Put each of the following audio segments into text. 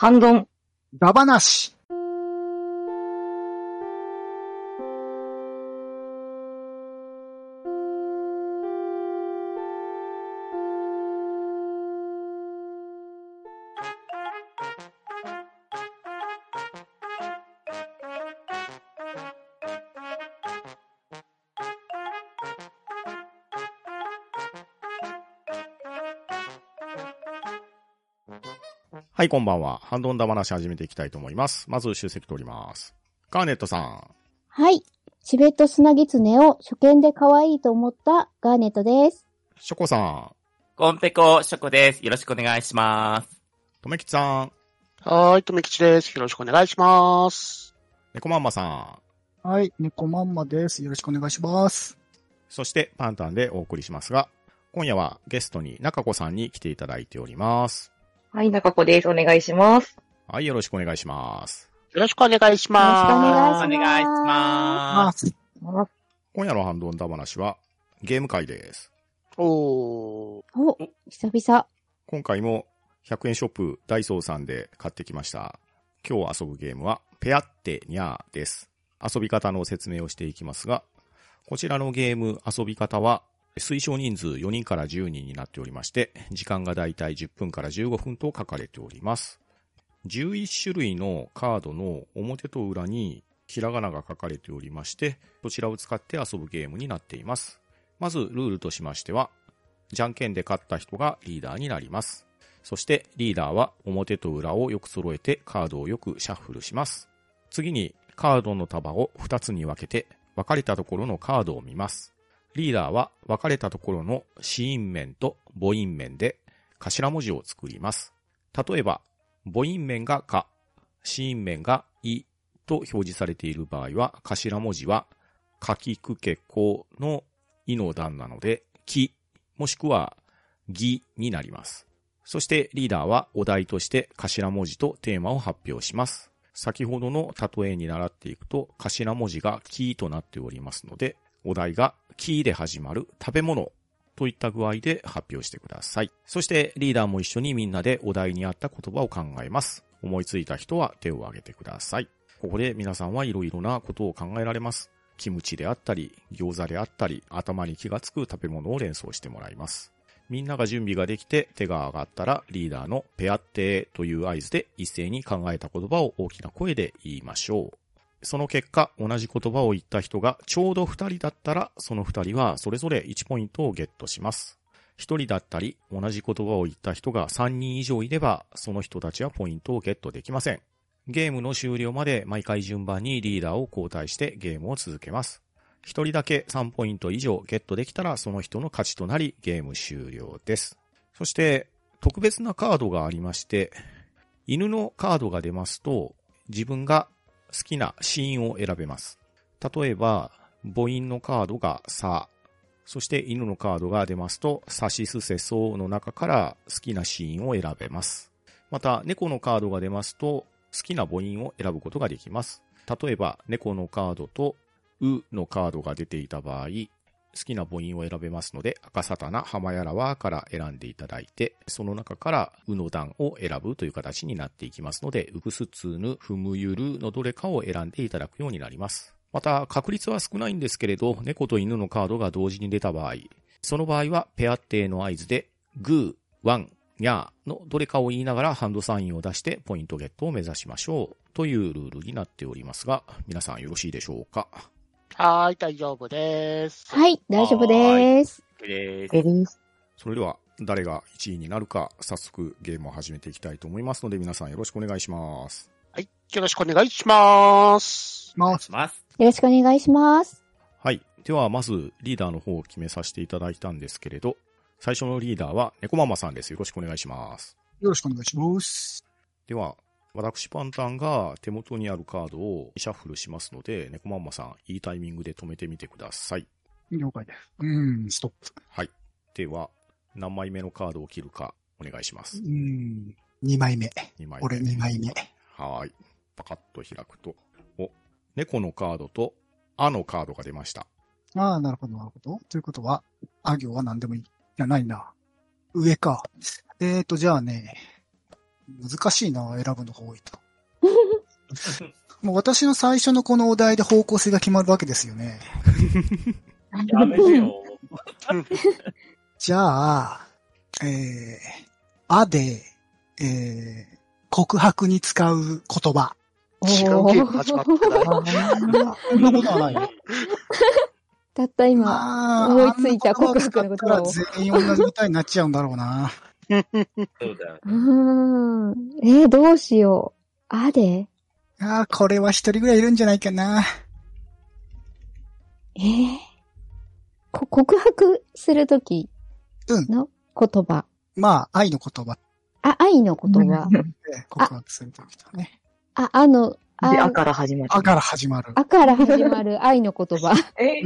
ハンドン。 ダバナシ。 はい、こんばんは。ハンドンダ話始めていきたいと思います。まず、出席取ります。ガーネットさん。 はい。チベットスナギツネを初見で可愛いと思ったガーネットです。 ショコさん。 コンペコショコです。よろしくお願いします。 とめきちさん。 はーい、とめきちです。よろしくお願いします。 猫まんまさん。 はい、猫まんまです。よろしくお願いします。 そして、パンタンでお送りしますが、今夜はゲストに中子さんに来ていただいております。 はい、中子です。お願いします。 はい、よろしくお願いします。 よろしくお願いします。 よろしくお願いします。 お願いします。 今夜のハンドンダ話はゲーム会です。 お、 久々。 今回も100円ショップダイソーさんで買ってきました。今日遊ぶゲームはペアッテニャーです。遊び方の説明をしていきますが、こちらのゲーム遊び方は推奨人数4人から10人になっておりまして、時間がだいたい10分から15分と書かれております。11種類のカードの表と裏にひらがなが書かれておりまして、そちらを使って遊ぶゲームになっています。まずルールとしましては、じゃんけんで勝った人がリーダーになります。そしてリーダーは表と裏をよく揃えてカードをよくシャッフルします。次にカードの束を2つに分けて分かれたところのカードを見ます。リーダーは分かれたところの子音面と母音面で頭文字を作ります。例えば、母音面がか、子音面がいと表示されている場合は、頭文字はかきくけこのいの段なので、き、もしくはぎになります。そしてリーダーはお題として頭文字とテーマを発表します。先ほどの例えに習っていくと、頭文字がきとなっておりますので、お題がキーで始まる食べ物といった具合で発表してください。そしてリーダーも一緒にみんなでお題に合った言葉を考えます。思いついた人は手を挙げてください。ここで皆さんはいろいろなことを考えられます。キムチであったり、餃子であったり、頭に気がつく食べ物を連想してもらいます。みんなが準備ができて手が挙がったらリーダーのペアッテーという合図で一斉に考えた言葉を大きな声で言いましょう。その結果、同じ言葉を言った人がちょうど2人だったら、その2人はそれぞれ1ポイントをゲットします。1人だったり、同じ言葉を言った人が3人以上いれば、その人たちはポイントをゲットできません。ゲームの終了まで毎回順番にリーダーを交代してゲームを続けます。1人だけ3ポイント以上ゲットできたら、その人の勝ちとなり、ゲーム終了です。そして、特別なカードがありまして、犬のカードが出ますと、自分が好きな子音を選べます。例えば、母音のカードがさ、そして犬のカードが出ますと、さしすせそうの中から好きな子音を選べます。また、猫のカードが出ますと、好きな母音を選ぶことができます。例えば、猫のカードとうのカードが出ていた場合、好きな母音を選べますので、赤さたな、はまやらわから選んでいただいて、その中からうの段を選ぶという形になっていきますので、うぐすつぬ、ふむゆるのどれかを選んでいただくようになります。また、確率は少ないんですけれど、猫と犬のカードが同時に出た場合、その場合はペアッテーの合図で、グー、ワン、ニャーのどれかを言いながらハンドサインを出してポイントゲットを目指しましょうというルールになっておりますが、皆さんよろしいでしょうか？ はーい、大丈夫です。 はい、大丈夫です。 それでは誰が1位になるか早速ゲームを始めていきたいと思いますので、皆さんよろしくお願いします。 はい、よろしくお願いします。 よろしくお願いします。 はい。ではまずリーダーの方を決めさせていただいたんですけれど、最初のリーダーは猫ママさんです。よろしくお願いします。 よろしくお願いします。 では、私パンタンが手元にあるカードをシャッフルしますので、猫ママさん、いいタイミングで止めてみてください。 了解です。ストップ。 はい。では、何枚目のカードを切るかお願いします。 2枚目。 2枚目。 俺2枚目。 はい。パカッと開くと、猫のカードと、あのカードが出ました。 ああ、なるほど、なるほど。ということは、あ行は何でもいい。じゃないな。上か。じゃあね、 難しいな、選ぶのが多いと。もう私の最初のこのお題で方向性が決まるわけですよね。 やめてよ。 じゃあ、あで、告白に使う言葉。 違うゲーム始まってない。 そんなことはないよ。 たった今、思いついた告白の言葉を。 全員同じみたいになっちゃうんだろうな。 そうだよね。 どうしよう。あでこれは一人ぐらいいるんじゃないかな。 告白するときの言葉。 まあ、愛の言葉愛の言葉。 で告白するときとね。 で、あから始まる。 あから始まる。 あから始まる愛の言葉。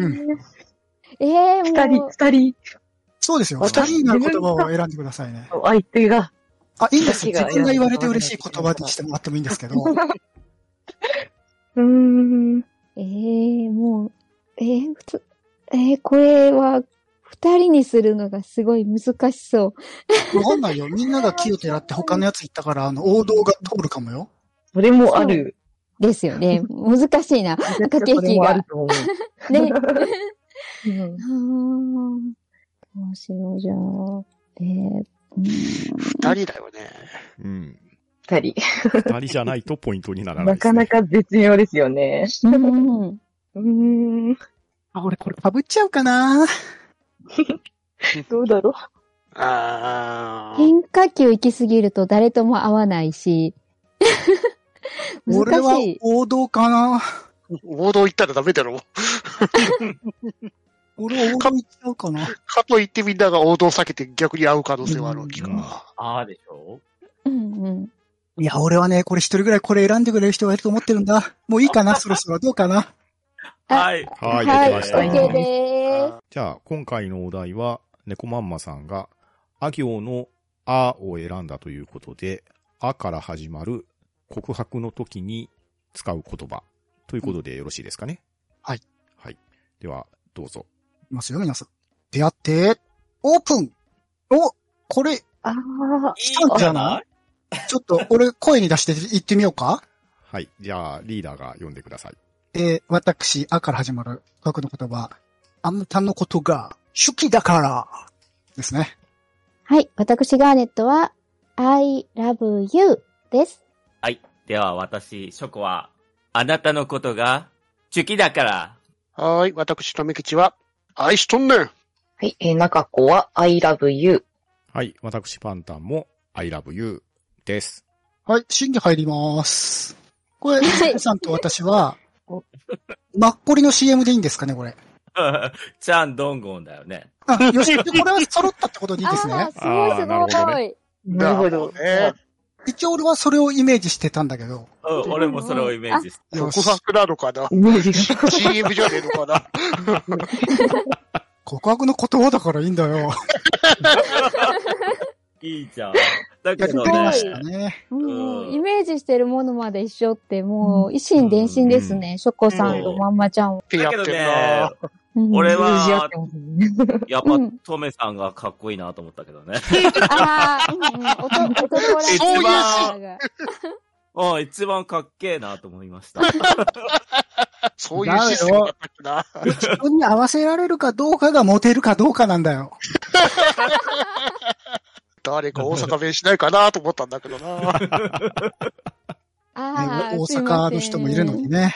もう。 二人。 そうですよ。二人の言葉を選んでくださいね。 相手が。 いいんですよ。自分が言われて嬉しい言葉にしてもらってもいいんですけど。 もう、これは、二人にするのがすごい難しそう。 わかんないよ。みんなが木をてらって他のやつ行ったから、王道が通るかもよ。 それもある。 ですよね。難しいな。駆け引きが。ね。どうしよう、じゃあ。 二人だよね。 うん。 二人。 二人じゃないとポイントにならないなですね。 かなか絶妙ですよね。 俺これ被っちゃうかな。 どうだろう。 変化球行きすぎると誰とも合わないし。 俺は王道かな。 王道行ったらダメだろ。 俺は王道行っちゃうかな。 かといってみんなが王道を避けて逆に合う可能性はあるわけか。 でしょ。 いや、俺はね、これ一人ぐらいこれ選んでくれる人がいると思ってるんだ。もういいかな、そろそろどうかな。 はい。 はい、できました。 OK でーす。 じゃあ、今回のお題は、猫まんまさんが、あ行のあを選んだということで、あから始まる告白の時に使う言葉ということでよろしいですかね。 はい。 はい。では、どうぞ。 いきますよ、皆さん。出会って、オープン。これ、来たんじゃない？ちょっと、俺、声に出して言ってみようか？ はい。じゃあ、リーダーが読んでください。 私、あから始まる告白の言葉、あなたのことが好きだからですね。 はい。私、ガーネットは、I love you です。 はい。では、私、ショコは、あなたのことが好きだから。 はい。私、とめきちは、愛しとんねん。 はい。中子は I love you。 はい。私、パンタンも I love you です。 はい。審議入ります。これ、さんと私は、マッコリの CM でいいんですかね、これ。 チャンドンゴンだよね。 よし、これは揃ったってことでいいですね。 すごいすごい。 なるほど。 一応俺はそれをイメージしてたんだけど。 俺もそれをイメージして。 告白なのかな？ CM じゃねえのかな？ 告白の言葉だからいいんだよ。 いいじゃん。だけどね。 イメージしてるものまで一緒ってもう、一心伝心ですね。ショコさんとまんまちゃん。 だけどね、俺は、やっぱ、トメさんがかっこいいなと思ったけどね。一番かっけえなと思いました。 そういうシステムだったっけな。 自分に合わせられるかどうかがモテるかどうかなんだよ。 誰か大阪弁しないかなと思ったんだけどな。 大阪の人もいるのにね。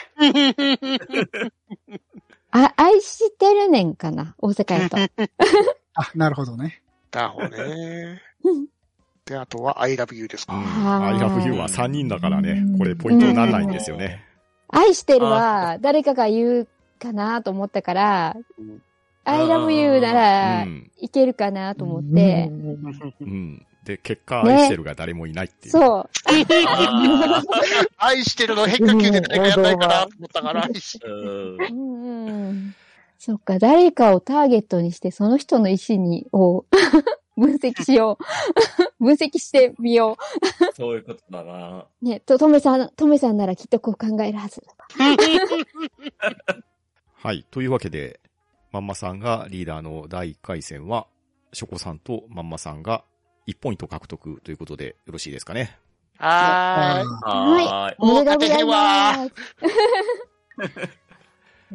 愛してるねんかな、大阪やと。 なるほどね。 だほね。で、あとは I love you ですか。 I love you は3人だからね、これポイントにならないんですよね。 愛してるは誰かが言うかなと思ったから、I love you ならいけるかなと思って。 で、結果愛してるが誰もいないっていう。 そう。 愛してるの変化球で誰かやらないかなと思ったから。 そっか、誰かをターゲットにしてその人の意思を分析しよう。分析してみよう。そういうことだな。 ね、トメさんならきっとこう考えるはず。 はい。というわけで、まんまさんがリーダーの第1回戦は、ショコさんとまんまさんが1ポイント獲得ということでよろしいですかね。 ははい。 もうお願いします。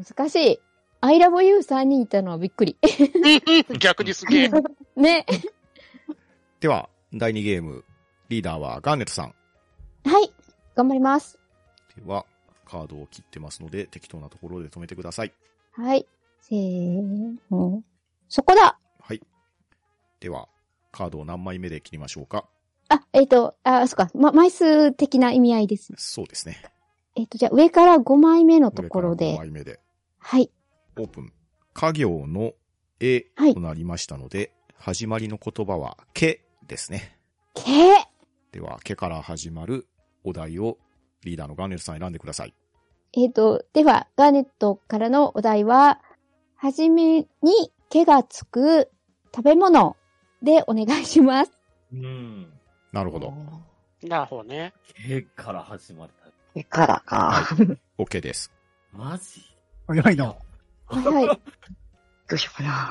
難しい。I love you 3人いたのはびっくり。 ーい。逆にすげえ。 ね。 では、第2ゲーム、リーダーはガーネットさん。 はい。頑張ります。 では、カードを切ってますので、適当なところで止めてください。 はい。せーの。そこだ。 はい。では、カードを何枚目で切りましょうか。 そっか。枚数的な意味合いです。 そうですね。 じゃあ上から5枚目のところで。 5枚目で。 はい。 オープン。家行の絵となりましたので、始まりの言葉は、けですね。 けでは、けから始まるお題をリーダーのガーネットさん選んでください。 では、ガーネットからのお題は、はじめにけがつく食べ物でお願いします。 なるほど。 なるほどね。 けから始まる。 けからか。 OK です。 マジ早いな。 はい。 どうしようかな。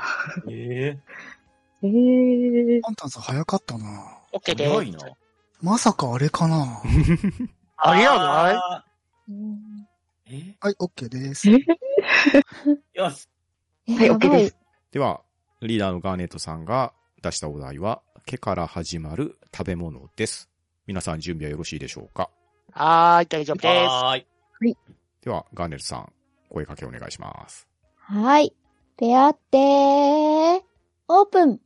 パンタンさん早かったな。 OK で早いな。 まさかあれかな。 ありやなはい、OK です。 よし。 はい、OK です。 では、リーダーのガーネットさんが出したお題は、けから始まる食べ物です。皆さん準備はよろしいでしょうか。 はーい、大丈夫です。 はーい。 では、ガーネットさん、声かけお願いします。 はい。ペアってー、オープン。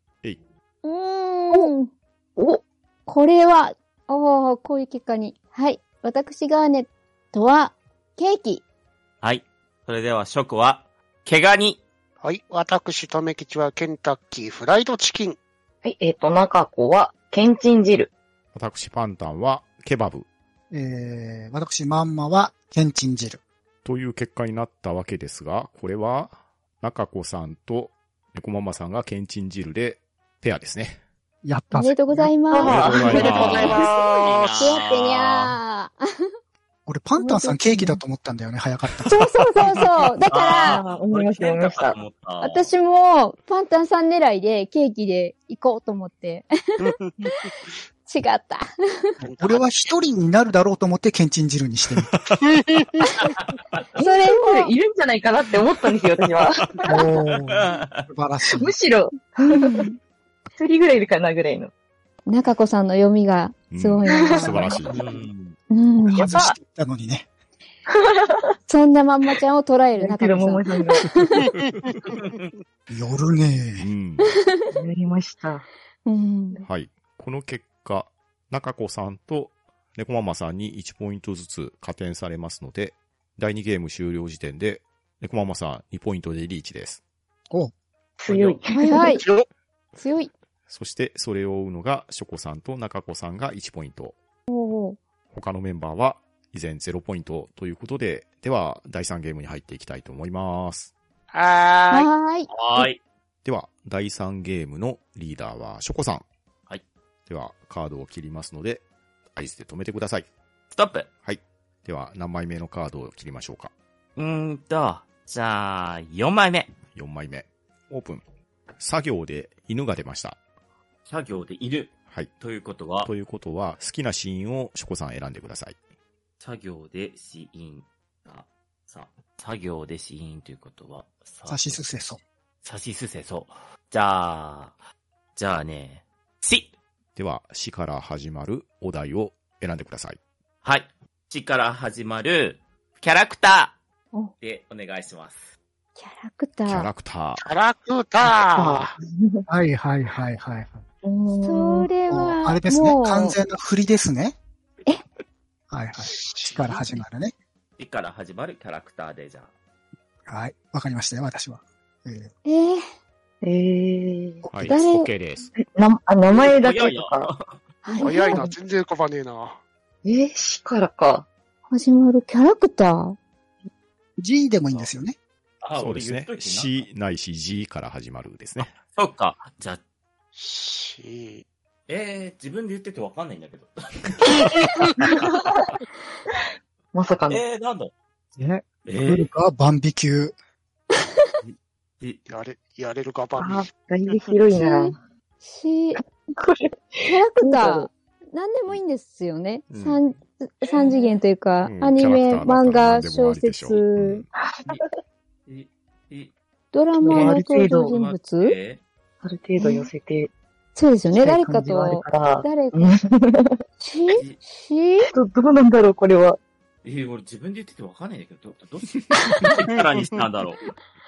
おこれは、こういう結果に。はい。私ガーネットは、ケーキ。 はい。それでは、食は、毛ガニ。 はい、私、とめきちはケンタッキーフライドチキン。 はい、中子は、けんちん汁。 私、パンタンは、ケバブ。 私、まんまは、けんちん汁。 という結果になったわけですが、これは、中子さんと、猫ママさんがけんちん汁で、ペアですね。 やったおめでとうございます。 おめでとうございます。 ペアってにゃー。 俺、パンタンさんケーキだと思ったんだよね、早かった。 そう。だから、 思いました。 私も、パンタンさん狙いでケーキで行こうと思って。違った。 俺は一人になるだろうと思ってケンチン汁にしてみた。 それも、 いるんじゃないかなって思ったんですよ、私は。 素晴らしい。 むしろ、一人ぐらいいるかなぐらいの。 中子さんの読みがすごいな。 素晴らしい。 外していったのにね。 そんなまんまちゃんを捉える中子さん。 夜ね。 やりました。 はい。この結果、中子さんと猫ママさんに1ポイントずつ加点されますので、第2ゲーム終了時点で、猫ママさん2ポイントでリーチです。 お強い。 はい。強い。 そして、それを追うのが、ショコさんと中子さんが1ポイント。他のメンバーは、依然0ポイントということで、では、第3ゲームに入っていきたいと思います。 はーい。 では、第3ゲームのリーダーは、ショコさん。 はい。 では、カードを切りますので、合図で止めてください。 ストップ。 はい。では、何枚目のカードを切りましょうか。 じゃあ、4枚目。 4枚目。オープン。作業で犬が出ました。 作業で犬。 はい。 ということは、 好きなシーンをショコさん選んでください。 作業でシーン。作業でシーンということは、 さしすせそ。 さしすせそ。じゃあね、し。 では、しから始まるお題を選んでください。 はい。しから始まる、キャラクターでお願いします。 キャラクター。 はい。 それは、 あれですね。完全な振りですね。はい。しから始まるね。 しから始まるキャラクターで、じゃあ。はい。わかりましたよ、私は。 はい、OK です。 名前だけとか。 早いな、全然浮かばねえな。 しからか。 始まるキャラクター ?G でもいいんですよね。 そうですね。C ないし G から始まるですね。 そっか。じゃあ、 C。 自分で言っててわかんないんだけど。 まさかの。 なんだ来るか、バンビ級。 やれるか、バンビ。 だいぶ広いな。 キャラクター。 なんでもいいんですよね。 うん三次元というか、 うんアニメ、 キャラクターだ漫画、 ったら何でも小ありでしょう説、 いドラマの登場人物ある程度寄せて。 そうですよね。誰か感じはあると、 から誰か、しどうなんだろう、これは。 俺自分で言っててわかんないんだけど、どうしてキャラにしたんだろう。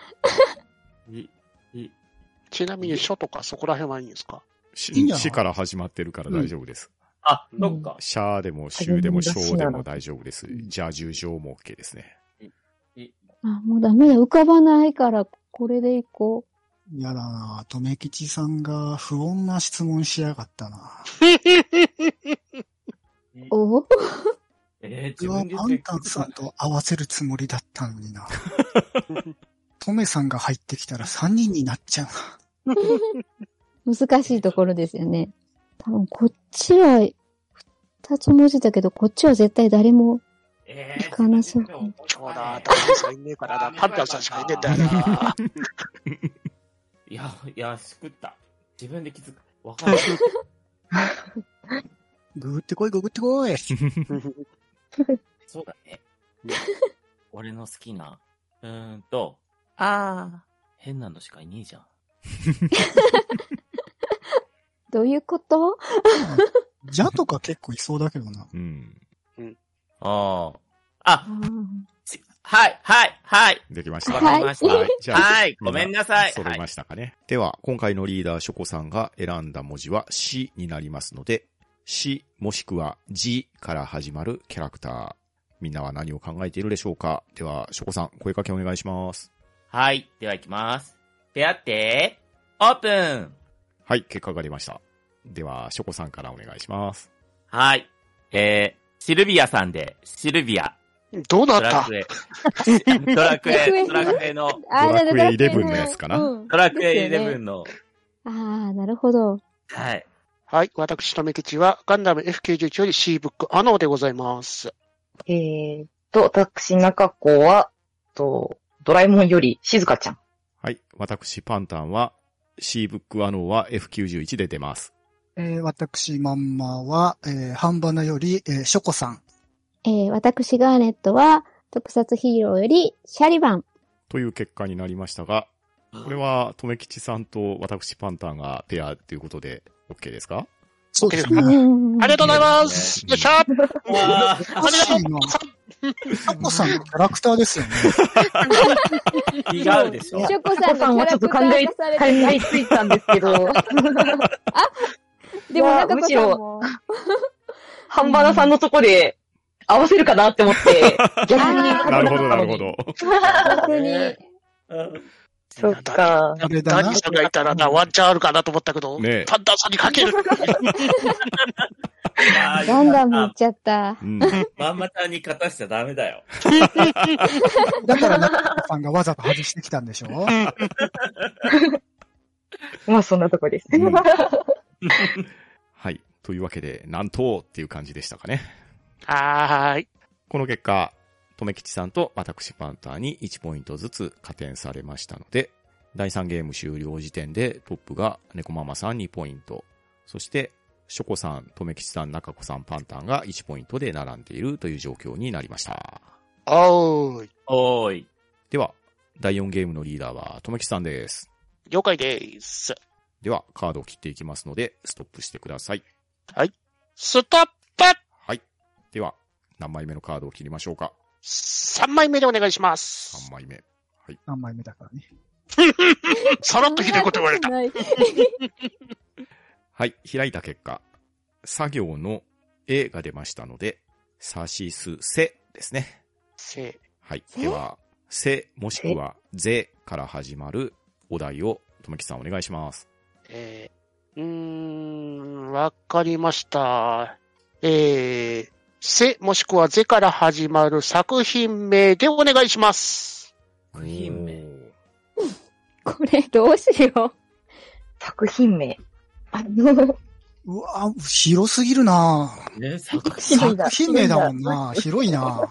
ちなみに書とかそこら辺はいいんですか？ 死から始まってるから大丈夫です。 あ、そっか。 シャーでもシューでもショーでも大丈夫です。じゃあ重症も OK ですね。 もうダメだ。浮かばないから、これでいこいやだな、とめきちさんが不穏な質問しやがったな。 う。お僕はパンタンさんと合わせるつもりだったのにな。トメさんが入ってきたら3人になっちゃうな。 難しいところですよね。多分こっちは、2つ文字だけど、こっちは絶対誰も行かなそう。 そうだ、ダメさんいねえからな。パンタンさんしかいねえんだよな。 いや、救った。自分で気づく。わかんない。 ググってこい、ググってこい。 そうだね。俺の好きな、変なのしかいねえじゃん。 どういうことジャとか結構いそうだけどな。 うん。 はい。 できました。 わかりました。 はいじゃあ、 はい、ごめんなさい。 揃いましたかね。では、今回のリーダー、ショコさんが選んだ文字はしになりますので、しもしくはじから始まるキャラクター。みんなは何を考えているでしょうか？では、ショコさん、声かけお願いします。 はい。では行きます。出会って、オープン。 はい、結果が出ました。では、ショコさんからお願いします。 はい。シルビアさんで、シルビア。 どうなったドラクエの。 ドラクエ11のやつかな。 ドラクエ11の。 なるほど。 はい。 はい。私、とめきちは、ガンダム F91 より C ブックアノーでございます。 私、中子は、ドラえもんより静香ちゃん。 はい。私、パンタンは、C ブックアノーは F91 で出ます。 私、まんまは、半ばなより、ショコさん。 私、ガーネットは、特撮ヒーローより、シャリバン。 という結果になりましたが、これは、とめきちさんと私、パンタンがペアということで、OK ですか？ そうですね。 ありがとうございます。よっしゃありがとう。 ショコさんのキャラクターですよね。 違うでしょ。 ショコさんはちょっと考えついたんですけど。 でも中子さんも。 半ばなさんのとこで合わせるかなって思って、逆に。 なるほど。 逆に。 そっか。 ダニさんがいたらな、ワンチャンあるかなと思ったけど、 ね、 パンタンさんにかける。 ガンダムいっちゃった。 まんまちゃんに勝たしちゃダメだよ。 だから中子さんがわざと外してきたんでしょ？ まあそんなとこです。 はい。というわけで、なんとっていう感じでしたかね。 はーい。 この結果、とめきちさんと私パンターに1ポイントずつ加点されましたので、第3ゲーム終了時点でトップが猫ママさん2ポイント、そしてショコさん、とめきちさん、中子さん、パンタンが1ポイントで並んでいるという状況になりました。 おーい。 では、第4ゲームのリーダーはとめきちさんです。 了解です。 では、カードを切っていきますので、ストップしてください。 はい。ストップ！ はい。では、何枚目のカードを切りましょうか。 3枚目でお願いします。 3枚目。はい。 3枚目だからね。 さらっとひどいこと言われた。 はい。開いた結果、作業の絵が出ましたので、さしすせですね。 せ。 はい。では、せもしくはぜから始まるお題を、とめきさんお願いします。 わかりました。せもしくはぜから始まる作品名でお願いします。 作品名。 これどうしよう。 作品名。 うわ、広すぎるなね、 作品名だもんな。広いな。 はい。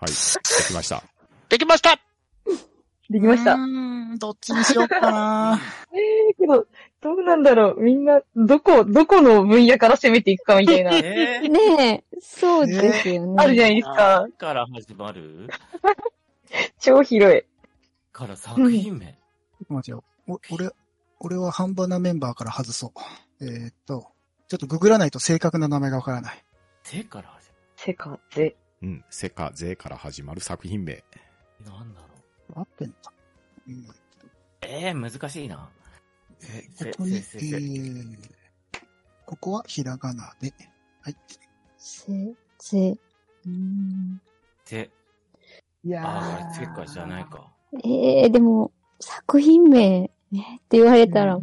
できました。 できました。 できました。 どっちにしようかな。 けど、 どうなんだろう。みんな、どこの分野から攻めていくかみたいな。 ねえ、そうですよね。 あるじゃないですか。 から始まる超広い。 から作品名。 待ってよ。俺は半端なメンバーから外そう。ちょっとググらないと正確な名前がわからない。 せから始まる。 せかぜ。 うん。せかぜから始まる作品名。 なんだろ合ってんのか。 難しいな。 ここはひらがなで。はい。 せ。 いやあれ、せかじゃないか。 でも、作品名、ね、って言われたら。 ど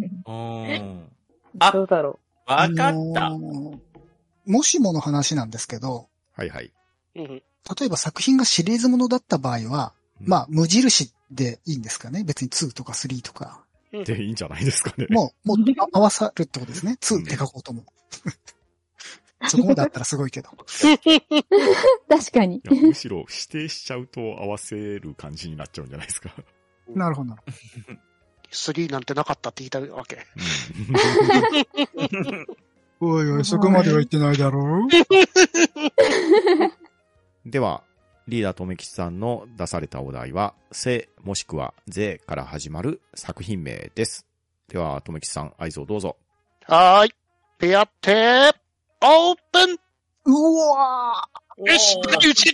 あ、 うだろわかった。 もしもの話なんですけど、 はいはい。 例えば作品がシリーズものだった場合は、まあ、無印でいいんですかね。別に2とか3とか。 でいいんじゃないですかね。 もう合わさるってことですね。2って書こうと思う。そこまであったらすごいけど。 確かに。 むしろ指定しちゃうと合わせる感じになっちゃうんじゃないですか。 なるほど。 3なんてなかったって言いたいわけ。 おいおい、そこまでは言ってないだろう。 では、リーダーとめきちさんの出されたお題は、せもしくはぜから始まる作品名です。では、とめきちさん、合図をどうぞ。 はーい。ペアって、オープン。 うわーよし、竹内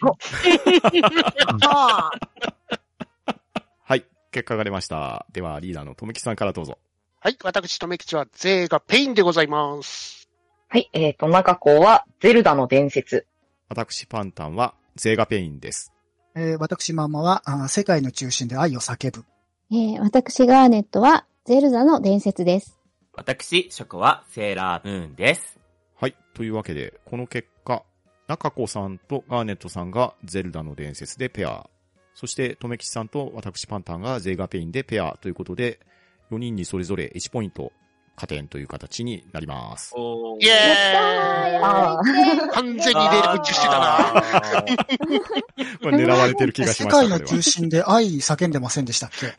はい、結果が出ました。では、リーダーのとめきちさんからどうぞ。 はい、私、とめきちは、ゼーがペインでございます。 はい、中子は、ゼルダの伝説。 私、パンタンは、ゼーガペインです。 私、ママは、世界の中心で愛を叫ぶ。 私、ガーネットは、ゼルダの伝説です。 私、ショコは、セーラームーンです。 はい。というわけで、この結果、中子さんとガーネットさんがゼルダの伝説でペア。そして、とめきちさんと私パンタンがゼーガペインでペアということで、4人にそれぞれ1ポイント加点という形になります。 イエーイ完全にレール打ちしてたなこれ狙われてる気がしました。 世界の中心で愛叫んでませんでしたっけ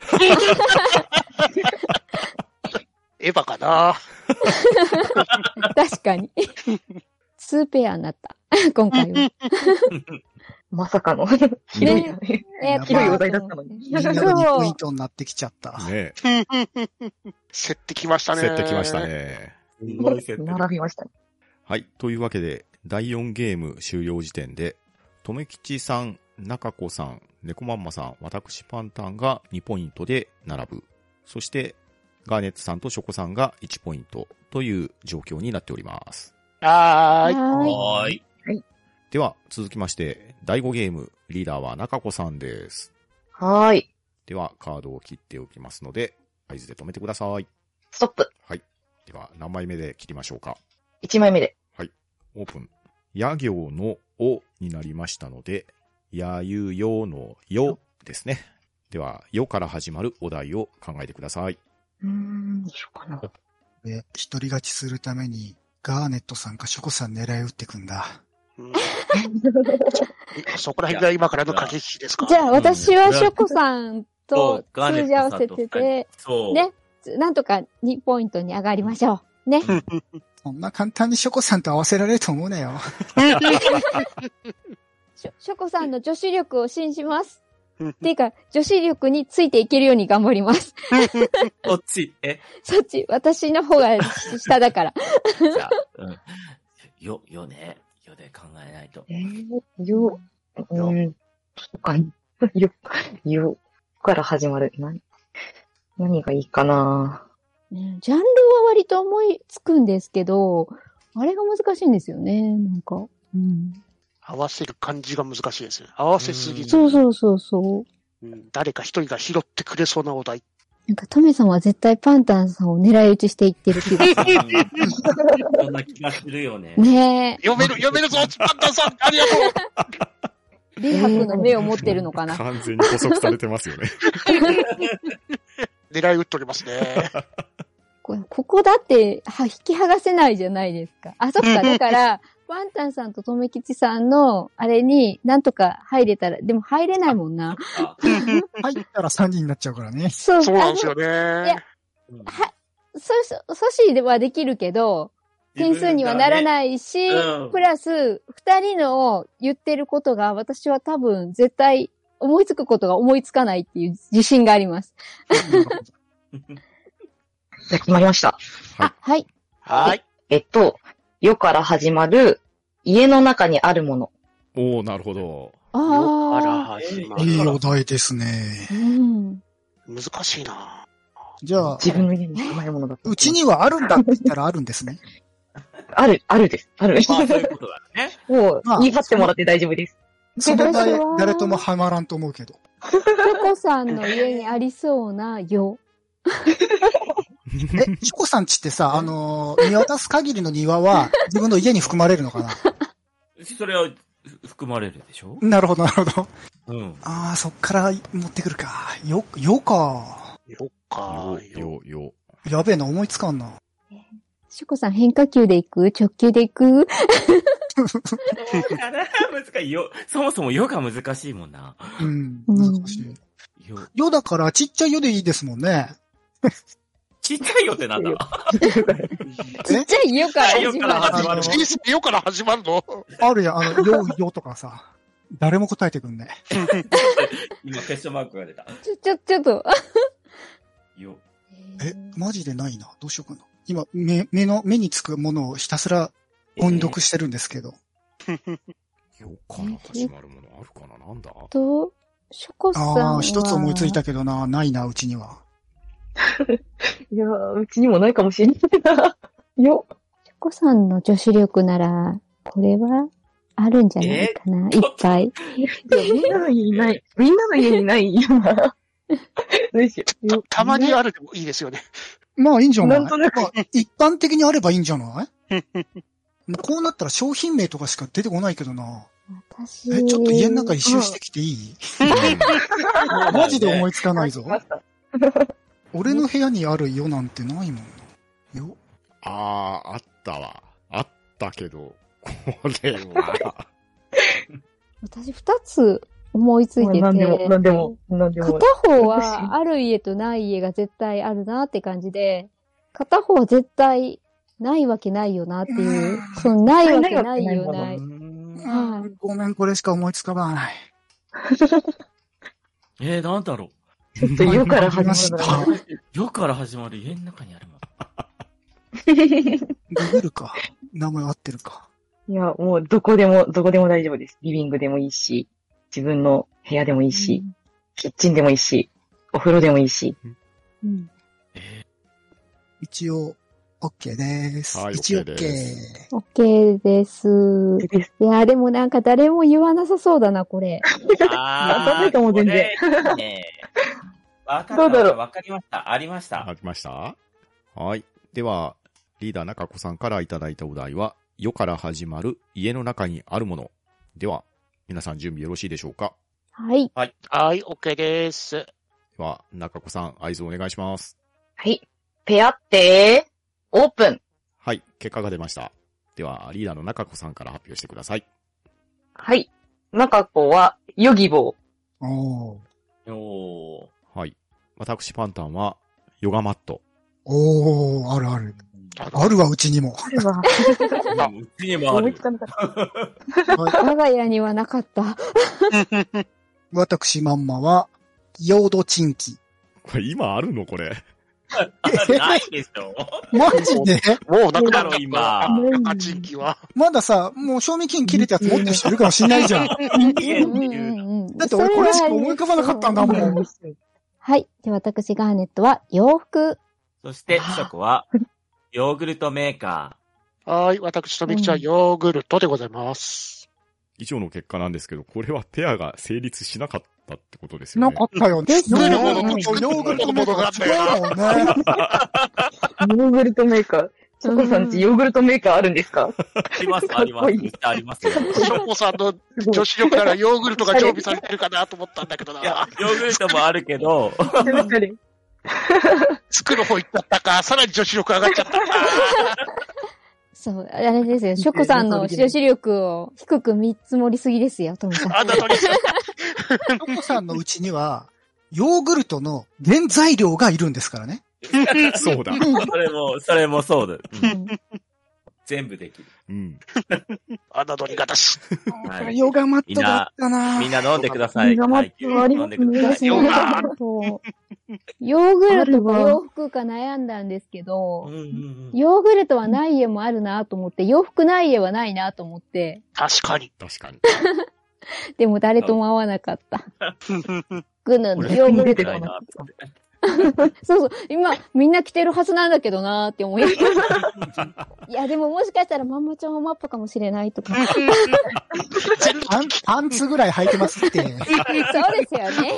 エヴァかな確かに。2ペアになった。今回は。 まさかの広いお題だったのに。 みんなが2ポイントになってきちゃった。 ね競ってきましたね。 競ってきましたね。 すごい競って。 並びましたね。 はい。というわけで、第4ゲーム終了時点で、とめきちさん、中子さん、猫まんまさん、私パンタンが2ポイントで並ぶ。そして、ガーネットさんとショコさんが1ポイントという状況になっております。 はーい。 では、続きまして、第5ゲーム、リーダーは中子さんです。 はーい。 では、カードを切っておきますので、合図で止めてください。 ストップ。 はい。では、何枚目で切りましょうか。 1枚目で。 はい。オープン。や行のおになりましたので、やゆよのよですね。では、よから始まるお題を考えてください。 どうしようかな。 一人勝ちするために、ガーネットさんかショコさん狙い撃ってくんだ。 そこら辺が今からの駆け引きですか。 じゃあ、私はショコさんと通じ合わせてて、ね、なんとか2ポイントに上がりましょう。ね。 そんな簡単にショコさんと合わせられると思うなよ。 ショコさんの女子力を信じます。っていうか、女子力についていけるように頑張ります。 そっち、 そっち、私の方が下だから。 じゃあ、よね。よで考えないと。 よから始まる。何がいいかな。 ジャンルは割と思いつくんですけど、あれが難しいんですよね、なんか。 合わせる感じが難しいですよね。合わせすぎる。 そう。 誰か一人が拾ってくれそうなお題。 なんかトメさんは絶対パンタンさんを狙い撃ちしていってる気がする。 そんな気がするよね。 ねえ。 読めるぞパンタンさんありがとうリハクの目を持ってるのかな。 完全に補足されてますよね。 狙い撃っておりますね。 ここだって引き剥がせないじゃないですか。あ、そっか。だから、パンタンさんととめきちさんの、あれになんとか入れたら、でも入れないもんな。 入ったら3人になっちゃうからね。 そうなんですよね。 いや、 阻止はできるけど、点数にはならないし、プラス、二人の言ってることが私は多分絶対思いつくことが思いつかないっていう自信があります。 じゃあ決まりました。 はい。 はい。 よから始まる家の中にあるもの。 おー、なるほど。 よから始まる。 いいお題ですね。 難しいな。 じゃあ、 自分の家に含まれるものだと。 うちにはあるんだって言ったらあるんですね。 あるです。ある。 まあ、そういうことだね。 もう、言い張ってもらって大丈夫です。 その場合、誰ともハマらんと思うけど。 ペコさんの家にありそうなよ。 チョコさんちってさ、見渡す限りの庭は自分の家に含まれるのかな？ それは含まれるでしょ？ なるほど、なるほど。 うん。 ああ、そっから持ってくるか。よか。やべえな、思いつかんな。 チョコさん変化球で行く？直球で行く？ そうかな、難しい。そもそもよが難しいもんな。 うん、難しい。よだからちっちゃいよでいいですもんね。 ちっちゃいよってなんだちっちゃいよから始まる。 よから始まるのあるやん、よとかさ。誰も答えてくんね。 今、クエスチョンマークが出た。 ちょっと。 よ。 マジでないな。どうしようかな。今、目につくものをひたすら音読してるんですけど。 よから始まるものあるかな、なんだショコさんは。 一つ思いついたけどな、ないな、うちには。 いやうちにもないかもしれないな。よ。 ショコさんの女子力なら、これは、あるんじゃないかな、いっぱい。 みんなの家にない。みんなの家にないよな。 たまにあるでもいいですよね。 まあいいんじゃない？ なんとなく。 一般的にあればいいんじゃないこうなったら商品名とかしか出てこないけどな。ちょっと家の中一周してきていい？マジで思いつかないぞ。俺の部屋にあるよなんてないもんな。よ。 あったわ。あったけど、これは。 私二つ思いついてて。 なんでも。 片方はある家とない家が絶対あるなって感じで、片方は絶対ないわけないよなっていう。そのないわけないよない。 ごめん、これしか思いつかない。 なんだろう。 ちょっとよから始まる。 よから始まる家の中にあるもん。 ググるか。名前合ってるか。 いや、もうどこでも大丈夫です。リビングでもいいし、自分の部屋でもいいし、キッチンでもいいし、お風呂でもいいし。 一応、OK です。 はい、 一応 OK です。 OK です。いや、でもなんか誰も言わなさそうだな、これ。 ダメかも全然。 どうだろう。わかりました。ありました。 ありました。はい。では、リーダー中子さんからいただいたお題は、よから始まる家の中にあるもの。では、皆さん準備よろしいでしょうか？ はい。 はい、OK です。では、中子さん、合図お願いします。 はい。ペアって、オープン。 はい、結果が出ました。では、リーダーの中子さんから発表してください。 はい。中子は、ヨギボー。 はい。私、パンタンは、ヨガマット。 あるある。あるわ、うちにも。 あるわ。 うちにもある。 我が家にはなかった。 私、まんまは、ヨードチンキ。 これ、今あるのこれ。 ないでしょ。 マジでもうなくなる今。 チンキは。 まださ、もう賞味期限切れたやつ持ってる人いるかもしんないじゃん。だって俺これしか思い浮かばなかったんだもん。 はい。で、私、ガーネットは洋服。 そして、ショコは、ヨーグルトメーカー。はい。私とミキちゃん、ヨーグルトでございます。 以上の結果なんですけど、これはペアが成立しなかったってことですよね。 なかったよ。 作るものとヨーグルトのものがあったよもんね。 ヨーグルトメーカー。ショコさんちヨーグルトメーカーあるんですか？ あります、あります。めっちゃありますよ。 ショコさんの女子力ならヨーグルトが常備されてるかなと思ったんだけどな。 いや、ヨーグルトもあるけど。 作る方行っちゃったか、さらに女子力上がっちゃったか。 そう、あれですよ。ショコさんの女子力を低く見積もりすぎですよ、トミさん。 あんなとにショコさんのうちには、ヨーグルトの原材料がいるんですからね。 そうだ。 それもそうだ。全部できる。 侮りがたし。 ヨガマットだったな。 みんな飲んでください。 ヨガマットありますね。 ヨーグルトか洋服か悩んだんですけど、ヨーグルトはない家もあるなと思って、洋服ない家はないなと思って。 確かに。 でも誰とも会わなかった。グヌのヨーグルトな。そう、今、みんな着てるはずなんだけどなーって思いながら。いや、でももしかしたらママちゃんはマッパかもしれないとか。 パンツぐらい履いてますって。そうですよね。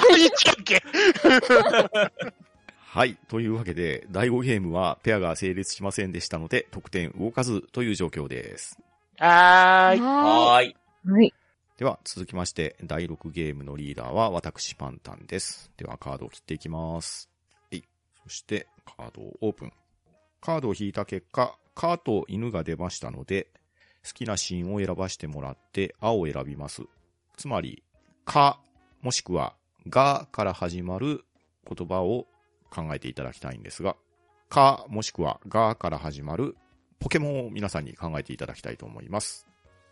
はい。というわけで、第5ゲームはペアが成立しませんでしたので、得点動かずという状況です。 はーい。 では、続きまして、第6ゲームのリーダーは私パンタンです。では、カードを切っていきます。そして、カードをオープン。カードを引いた結果、カと犬が出ましたので、好きなシーンを選ばせてもらって、青を選びます。つまり、か、もしくは、がから始まる言葉を考えていただきたいんですが、か、もしくはがから始まるポケモンを皆さんに考えていただきたいと思います。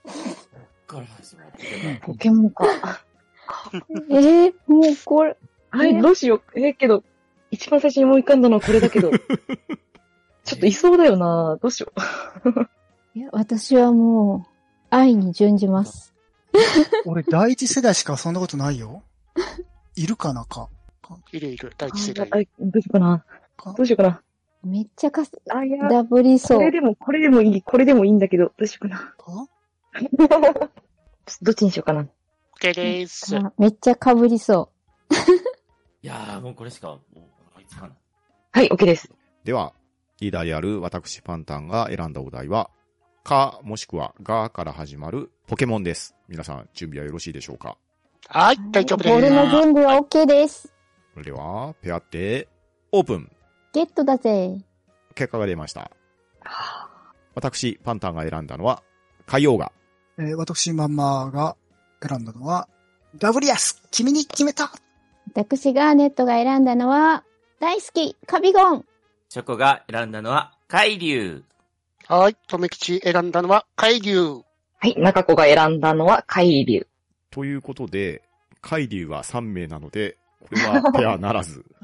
ポケモンか。 もうこれ。 どうしよう。けど、一番最初に思い浮かんだのはこれだけど。ちょっといそうだよな。どうしよう。いや、私はもう、愛に準じます。 俺、第一世代しかそんなことないよ。いるかなか。 いる、第一世代。 どうしようかな。どうしようかな。 めっちゃダブりそう。 これでもいいんだけど、どうしようかな。どっちにしようかな。 OK です。 めっちゃ被りそう。 いやー、もうこれしか思いつかない。 はい、OK です。 では、リーダーである私パンタンが選んだお題は、かもしくはがから始まるポケモンです。皆さん、準備はよろしいでしょうか？ はい、大丈夫です。 ボールの準備は OK です。 それでは、ペアってオープン。 ゲットだぜ。 結果が出ました。私、パンタンが選んだのは、海洋画。 私、ママが選んだのは、ダブリアス、君に決めた。 私、ガーネットが選んだのは、大好き、カビゴン。 チョコが選んだのは、海竜。 はい、とめきち選んだのは、海竜。 はい、中子が選んだのは、海竜。 ということで、海竜は3名なので、これはペアならず。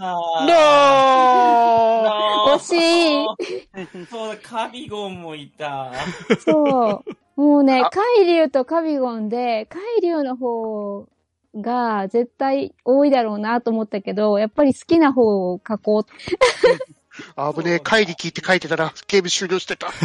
惜しい。 そうだ、カビゴンもいた。 そう。もうね、海竜とカビゴンで、海竜の方が絶対多いだろうなと思ったけど、やっぱり好きな方を書こう。 危ねえ、帰り聞いて書いてたら、ゲーム終了してた。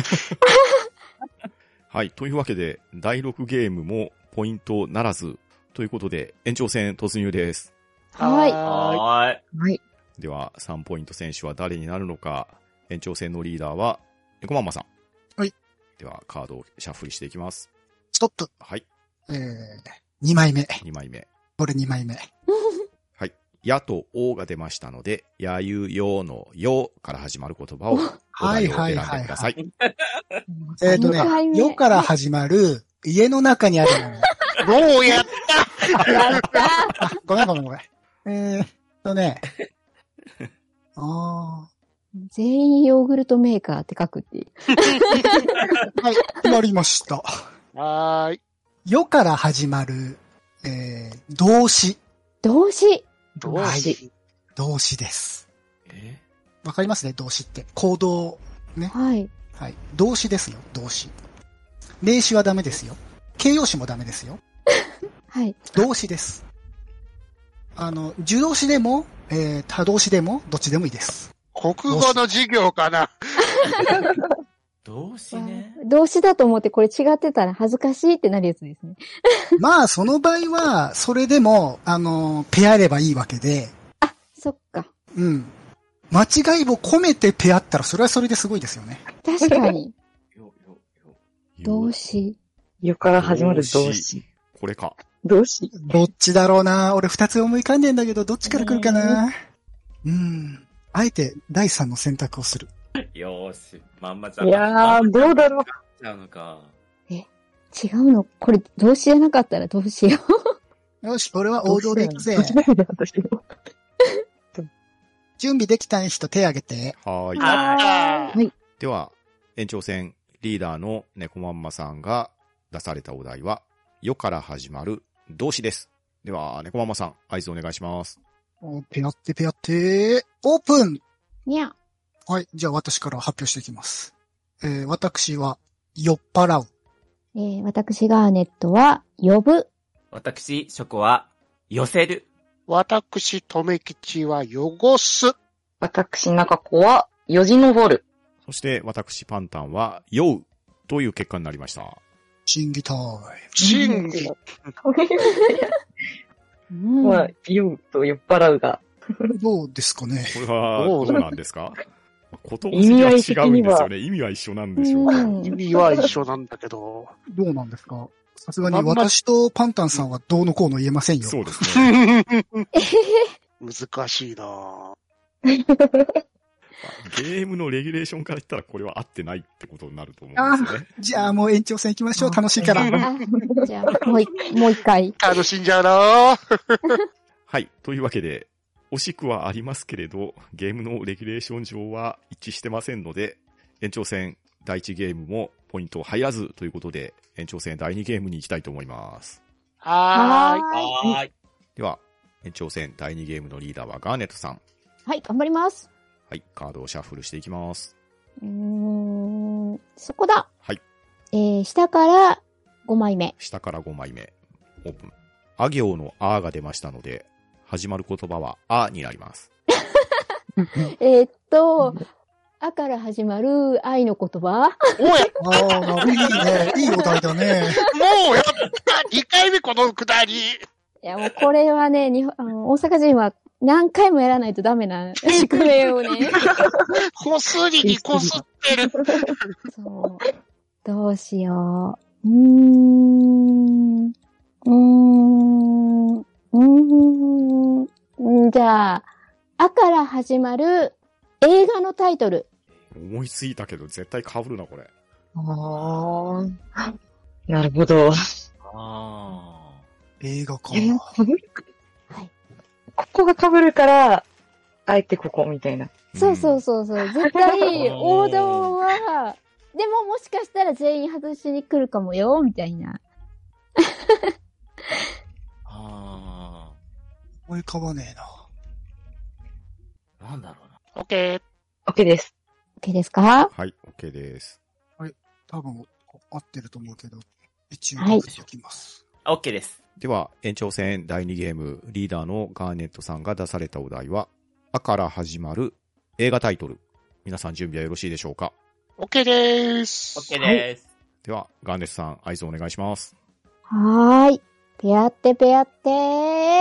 はい。というわけで、第6ゲームもポイントならず、ということで、延長戦突入です。 はい。 では、3ポイント選手は誰になるのか、延長戦のリーダーは、エコマンマさん。 はい。 では、カードをシャッフルしていきます。 ストップ。 はい。 2枚目。 2枚目。 これ2枚目。 はい。やとおが出ましたので、やゆよのよから始まる言葉を、お題を選んでください。 よから始まる、家の中にあるもの。もうやったやったごめん。 全員ヨーグルトメーカーって書くっていう。 はい、決まりました。 はーい。 よから始まる、動詞。 動詞です。わかりますね、動詞って。行動、ね。 はい。 はい。動詞ですよ、動詞。名詞はダメですよ。形容詞もダメですよ。 はい。 動詞です。受動詞でも、他動詞でも、どっちでもいいです。 国語の授業かな。 動詞ね。 動詞だと思ってこれ違ってたら恥ずかしいってなるやつですね。 まあ、その場合は、それでも、ペアればいいわけで。 あ、そっか。 うん。間違いを込めてペアったら、それはそれですごいですよね。 確かに。動詞。 よから始まる動詞。 これか。 動詞。 どっちだろうな。俺2つ思い浮かんでんだけど、どっちから来るかな。あえて第3の選択をする。 よーし、まんまちゃん。 いやー、どうだろう。 違うのか。 違うの？これ動詞じゃなかったらどうしよう。 よし、俺は王道で行くぜ。 準備できた人手挙げて。 はーい。 はい。 では、延長戦リーダーの猫まんまさんが出されたお題は、よから始まる動詞です。では、猫まんまさん、合図お願いします。 ペアってペアって、オープン。 にゃ。 はい。じゃあ私から発表していきます。私は、酔っ払う。 私ガーネットは、呼ぶ。 私、ショコは、寄せる。 私、とめきちは、汚す。 私、中子は、よじ登る。 そして私パンタンは酔うという結果になりました。 審議タイム。 審議。 まあ、酔うと酔っ払うが。 どうですかね。 これはどうなんですか？こと意味は違うんですよね。意味は一緒なんでしょうか。 意味は一緒なんだけど。 どうなんですか？さすがに私とパンタンさんはどうのこうの言えませんよ。 そうですね。 難しいなぁ。 ゲームのレギュレーションから言ったらこれは合ってないってことになると思うんですよね。 じゃあもう延長戦行きましょう。楽しいから。 じゃあ、もう一回。 楽しんじゃうなぁ。 はい。というわけで、惜しくはありますけれど、ゲームのレギュレーション上は一致してませんので、延長戦第1ゲームもポイント入らずということで、延長戦第2ゲームに行きたいと思います。 はーい。 では、延長戦第2ゲームのリーダーはガーネットさん。 はい、頑張ります。 はい、カードをシャッフルしていきます。 そこだ。 はい。 下から5枚目。 下から5枚目。オープン。あ行のあが出ましたので、始まる言葉はあになります。 あから始まる愛の言葉。 おやいいね。いいお題だね。 もうやった !2 回目このくだり。 いや、もうこれはね、大阪人は何回もやらないとダメな宿命をね。 こすりにこすってる。 そう。どうしよう。じゃあ、あから始まる映画のタイトル。 思いついたけど絶対被るな、これ。 なるほど。 映画か。 被るか。はい。ここが被るから、あえてここみたいな。 そう。絶対、王道は、でももしかしたら全員外しに来るかもよ、みたいな。 思い浮かばねなんだろうな。 オッケー。 OK です。 OK ですか？ はい、OK です。 はい。多分、合ってると思うけど、一応書いておきます。 OK です。 では、延長戦第2ゲーム、リーダーのガーネットさんが出されたお題は、あから始まる映画タイトル。皆さん準備はよろしいでしょうか？ OK でーす。 OK です。 では、ガーネットさん、合図お願いします。 はーい。ペアってペアって、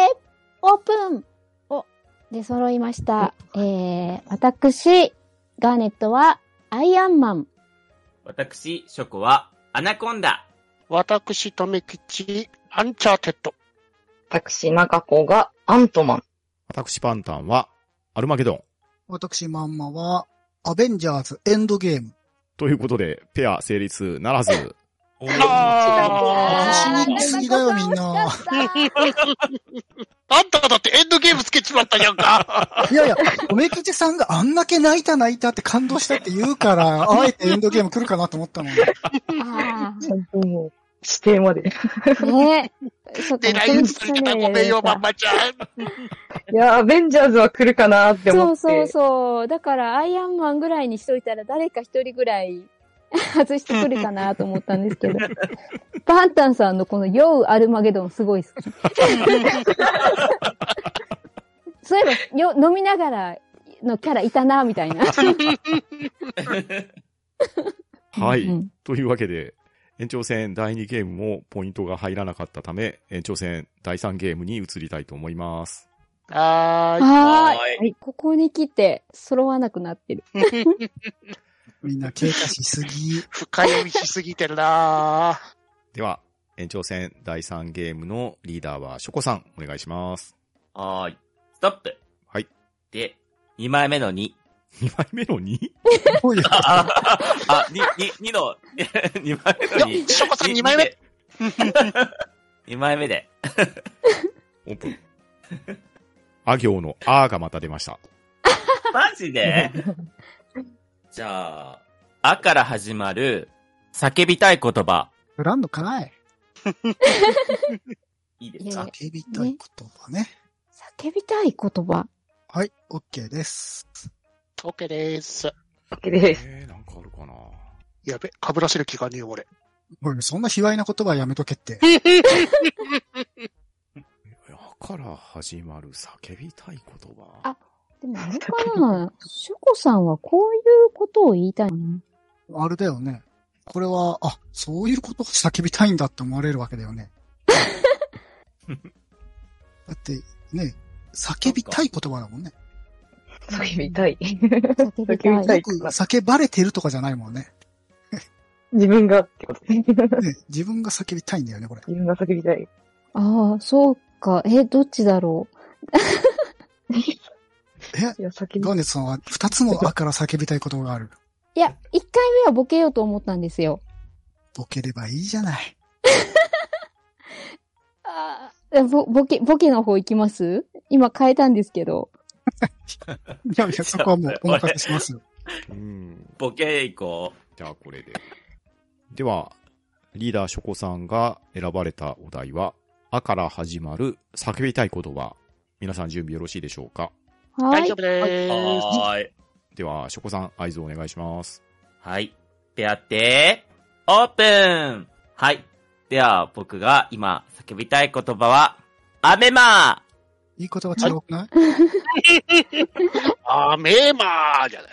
オープン！で、揃いました。私、ガーネットは、アイアンマン。 私、ショコは、アナコンダ。 私、とめきち、アンチャーテッド。 私、中子が、アントマン。 私、パンタンは、アルマゲドン。 私、まんまは、アベンジャーズエンドゲーム。 ということで、ペア成立ならず。 腰にきすぎだよ、みんな。 あんただってエンドゲームつけちまったじゃんか。 いやいや、おめきちさんがあんだけ泣いたって感動したって言うから、あえてエンドゲーム来るかなと思ったのに。 ちゃんともう、指定まで。 ねえ。 で、来月されてたごめんよ、まんまちゃん。 いや、アベンジャーズは来るかなって思って。 そう。だから、アイアンマンぐらいにしといたら、誰か一人ぐらい外してくるかなと思ったんですけど。パンタンさんのこの酔うアルマゲドンすごい好き。そういえば、飲みながらのキャラいたな、みたいな。 はい。というわけで、延長戦第2ゲームもポイントが入らなかったため、延長戦第3ゲームに移りたいと思います。 はい。ここに来て、揃わなくなってる。 みんな経過しすぎ。 深読みしすぎてるなでは、延長戦第3ゲームのリーダーはショコさん、お願いします。 はーい。ストップ。 はい。 で、2枚目の2。 2枚目の 2？ どういうこと 2の、2枚目の2。 ショコさん2枚目。 2枚目で。 オープン。あ行のあがまた出ました。 マジでじゃあ、あから始まる叫びたい言葉。 ブランドかい。 いいですか？ 叫びたい言葉ね。 叫びたい言葉。 はい、OK です。 OK です。 OK です。 なんかあるかな。 やべ、被らせる気がねえ、俺。 おい、そんな卑猥な言葉はやめとけって。 あから始まる叫びたい言葉。 あ、でもあれかな。ショコさんはこういうことを言いたいな。 あれだよね。これは、あ、そういうことを叫びたいんだって思われるわけだよね。だって、ね、叫びたい言葉だもんね。 叫びたい。 叫びたい。 よく叫ばれてるとかじゃないもんね。 自分がってことね。 自分が叫びたいんだよね、これ。 自分が叫びたい。 ああ、そうか。どっちだろう。 ガーネットさんは2つのあから叫びたいことがある。 いや、1回目はボケようと思ったんですよ。 ボケればいいじゃない。 ボケの方行きます？今変えたんですけど。 いや、そこはもうお任せしますよ。 ボケ行こう。 じゃあこれで。では、リーダーショコさんが選ばれたお題は、あから始まる叫びたい言葉。皆さん準備よろしいでしょうか？ はい。 大丈夫でーす。 はい。 では、ショコさん、合図をお願いします。 はい。であって、オープン。はい。では、僕が今叫びたい言葉は、アメマー。いい言葉違うくない？ アメマーじゃない。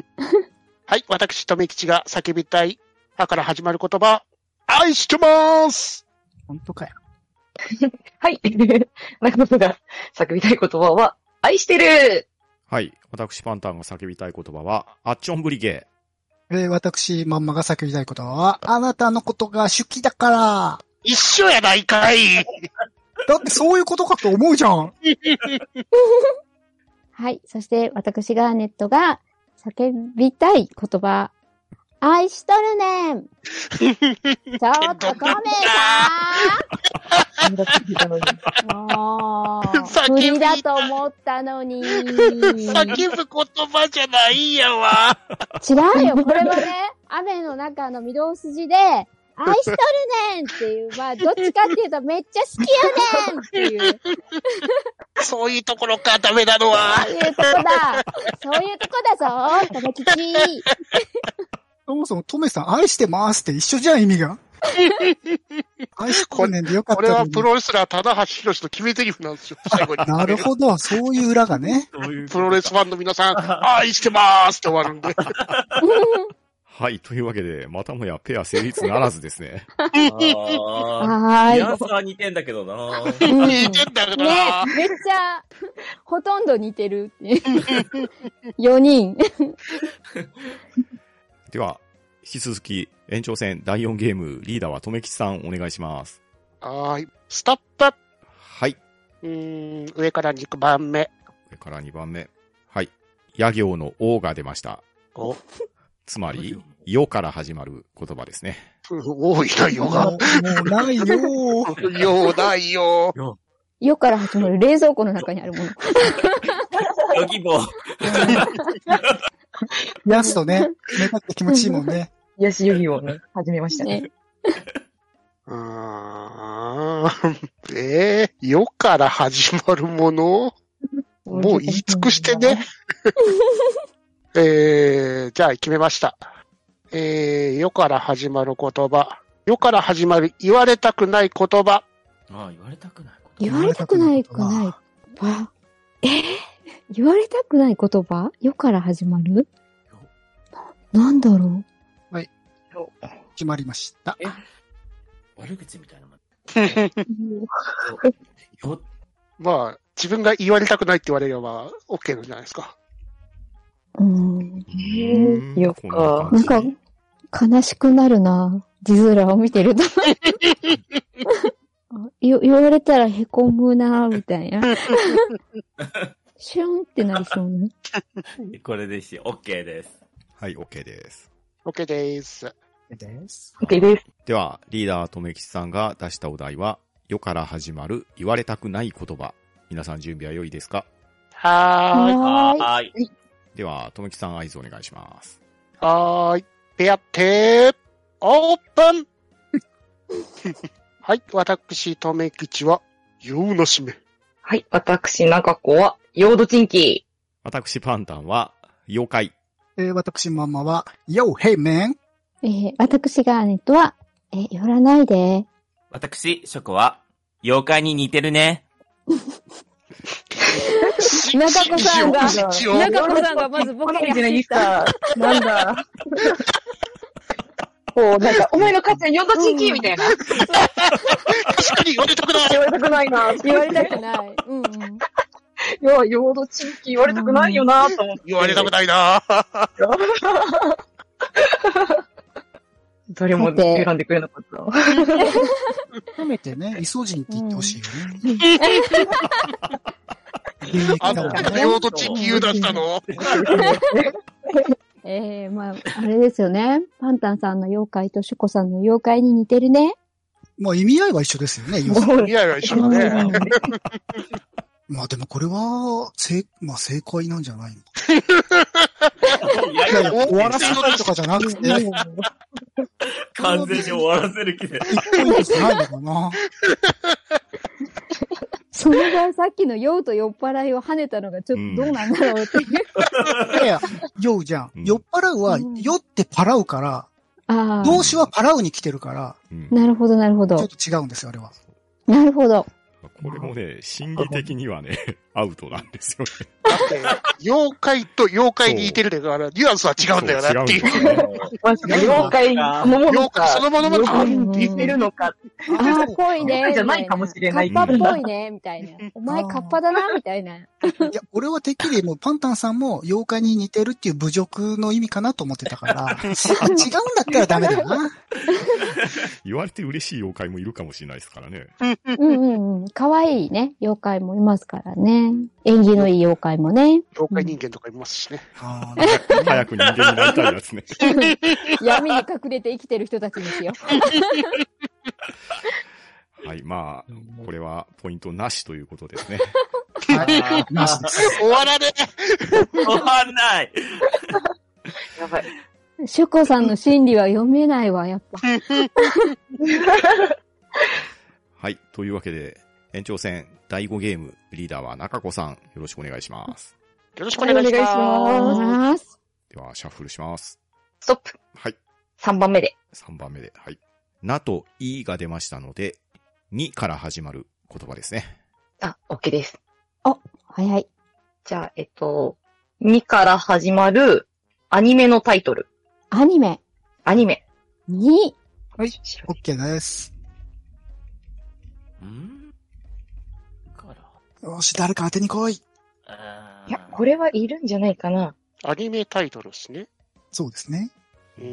はい。私、とめきちが叫びたい、あから始まる言葉、愛してまーす。 本当かよ。 はい。中野が叫びたい言葉は、愛してる。 はい。私、パンタンが叫びたい言葉は、アッチョンブリゲー。私、マンマが叫びたい言葉は、あなたのことが好きだから。 一緒やないかい。 だってそういうことかと思うじゃん。 はい。そして、私がネットが叫びたい言葉、愛しとるねん。ちょっとコメさん。もう、無理だと思ったのに。 叫ぶ言葉じゃないんやわ。 違うよ。これはね、雨の中の御堂筋で、愛しとるねんっていう、まあ、どっちかっていうとめっちゃ好きやねんっていう。 そういうところか、ダメなのは。 そういうとこだ。そういうとこだぞ、とめきち。 そもそもトメさん愛してますって一緒じゃん、意味が。愛してるねんでよかった。 これはプロレスラー、棚橋宏の決め台詞なんですよ、最後に。 なるほど、そういう裏がね。 プロレスファンの皆さん、愛してますって終わるんで。 はい。というわけで、またもやペア成立ならずですね。 はい。 ニュアンスは似てんだけどな。 似てんだけどな。 ね、めっちゃ、ほとんど似てる。4人。 では、引き続き、延長戦第4ゲーム、リーダーはとめきちさんお願いします。 はい。ストップ。 はい。 上から2番目。 上から2番目。はい。野行の王が出ました。 お。 つまり、よから始まる言葉ですね。 多いな、よが。もうないよー。よないよ。 よから始まる冷蔵庫の中にあるもの。 ヨギボー。 やすとね、寝たって気持ちいいもんね。 癒しヨギをね、始めましたね。 よから始まるものもう言い尽くしてね。じゃあ決めました。よから始まる言葉。よから始まる言われたくない言葉。 ああ、言われたくない言葉。言われたくない言葉。言われたくない言葉？よから始まる？なんだろう？はい。決まりました。 悪口みたいなもん。 まあ、自分が言われたくないって言われれば OK なんじゃないですか。 よか。 なんか、悲しくなるな。字面を見てると。言われたら凹むな、みたいな。シュンってなりそうな。 これでし、OK です。 はい、OK です。 OK です。 OK です。 では、リーダーとめきちさんが出したお題は、よから始まる言われたくない言葉。皆さん準備は良いですか？ はーい。 では、とめきさん合図お願いします。 はーい。ペアってオープンはい。私、とめきちは、ようなしめ。 はい。私、中子は、ヨードチンキー。 私、パンタンは、妖怪。 私、ママは、Yo, hey man! 私がネットは、寄らないで。 私、ショコは、妖怪に似てるね。 中子さんがまずボケに入った。 なんだ。こう、なんか、お前の勝ちはヨードチンキーみたいな。 確かに言われたくない。 言われたくないな。 言われたくない。うんうん。 いや、ヨードチンキー言われたくないよなと思って。 言われたくないな誰も選んでくれなかった。 せめてね、イソジンって言ってほしいよね。 あんたがヨードチンキー出したのまあ、あれですよね。パンタンさんの妖怪とシュコさんの妖怪に似てるね。 まあ意味合いは一緒ですよね。 意味合いは一緒だね。 まあでもこれは、正解なんじゃないのいやいや、 終わらせたいとかじゃなくて。 完全に終わらせる気で。 1ポイントじゃないのかな。 その場合さっきの酔うと酔っ払いを跳ねたのがちょっとどうなんだろうっていう。 いや、酔うじゃん。酔っ払うは、酔ってパラうから、動詞はパラうに来てるから、 なるほど、なるほど。 ちょっと違うんですよ、あれは。 なるほど。 これもね、心理的にはね、アウトなんですよね。 だって、妖怪と妖怪に似てるだから、ニュアンスは違うんだよなっていう。 妖怪そのものか。 そのものか。 似てるのか。 ぽいね。 じゃないかもしれない。 カッパっぽいね、みたいな。お前カッパだな、みたいな。いや、俺はてっきりもうパンタンさんも妖怪に似てるっていう侮辱の意味かなと思ってたから、違うんだったらダメだよな。 言われて嬉しい妖怪もいるかもしれないですからね。 可愛いね、妖怪もいますからね。縁起のいい妖怪もね。 妖怪人間とかいますしね。 早く人間になりたいやつね。 闇に隠れて生きてる人たちですよ。 はい、まあ、これはポイントなしということですね。 なしです。 終わらね終わんない。 やばい。 シュコさんの心理は読めないわ、やっぱ。 はい。というわけで、延長戦第5ゲーム、リーダーは中子さん、よろしくお願いします。 よろしくお願いします。 では、シャッフルします。 ストップ。 はい。 3番目で。 3番目で。はい。なといが出ましたので、にから始まる言葉ですね。 OK です。 早い。 じゃあ、にから始まるアニメのタイトル。 アニメ。に。 はい。OK です。よし、誰か当てに来い。 いや、これはいるんじゃないかな。 アニメタイトルですね。 そうですね。 こ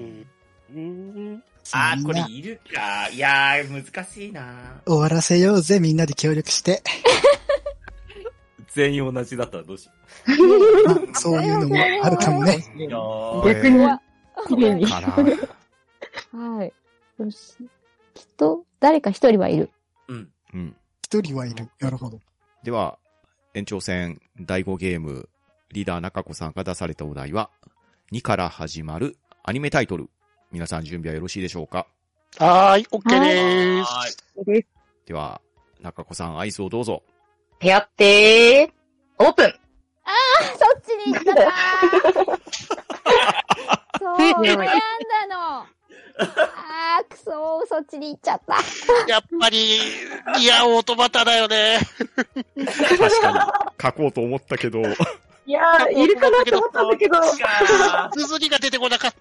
れいるか。いやー、難しいな。 終わらせようぜ、みんなで協力して。 全員同じだったらどうしよう。そういうのもあるかもね。 逆には、綺麗に。 はい。よし。きっと、誰か一人はいる。 一人はいる。なるほど。 では、延長戦第5ゲーム、リーダー中子さんが出されたお題は、にから始まるアニメタイトル。皆さん準備はよろしいでしょうか？ はーい、OK でーす。 では、中子さん、合図をどうぞ。 ペアってー、オープン。 そっちに行ったかー。そう、悩んだの。くそー、そっちに行っちゃった。 やっぱり、オートマタだよね。 確かに、書こうと思ったけど。 いやー、いるかなと思ったんだけど。 綴りが出てこなかった。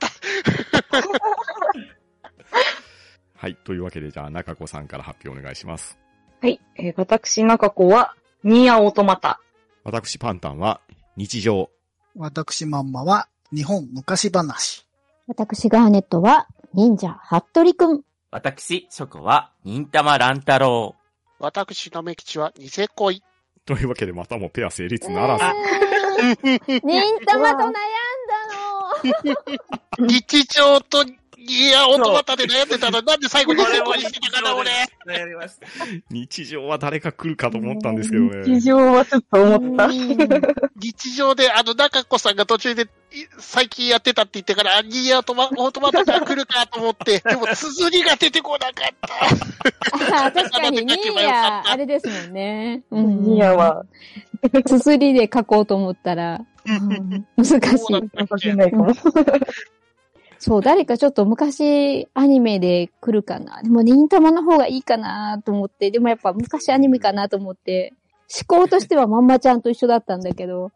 はい。というわけで、じゃあ、中子さんから発表お願いします。 はい。私、中子は、ニーアオートマタ。 私、パンタンは、日常。 私、マンマは、日本昔話。 私、ガーネットは、忍者、ハットリくん。 私、ショコは、忍たま乱太郎。 私、ナメ吉は、ニセ恋。 というわけで、またもペア成立ならず。 忍たまと悩んだの。 日常といや、オートマタで悩んでたのになんで最後に成功にしてたかな、俺。 悩みました。 日常は誰か来るかと思ったんですけどね。 日常はちょっと思った。 日常で、中子さんが途中で、最近やってたって言ってから、オートマタが来るかと思って、でも、綴りが出てこなかった。 確かに、ニーヤ、あれですもんね。 ニーヤは、 綴りで書こうと思ったら、難しい。 難しいないかも。 そう、誰かちょっと昔アニメで来るかな。でも、忍たまの方がいいかなと思って、でもやっぱ昔アニメかなと思って、思考としてはまんまちゃんと一緒だったんだけど。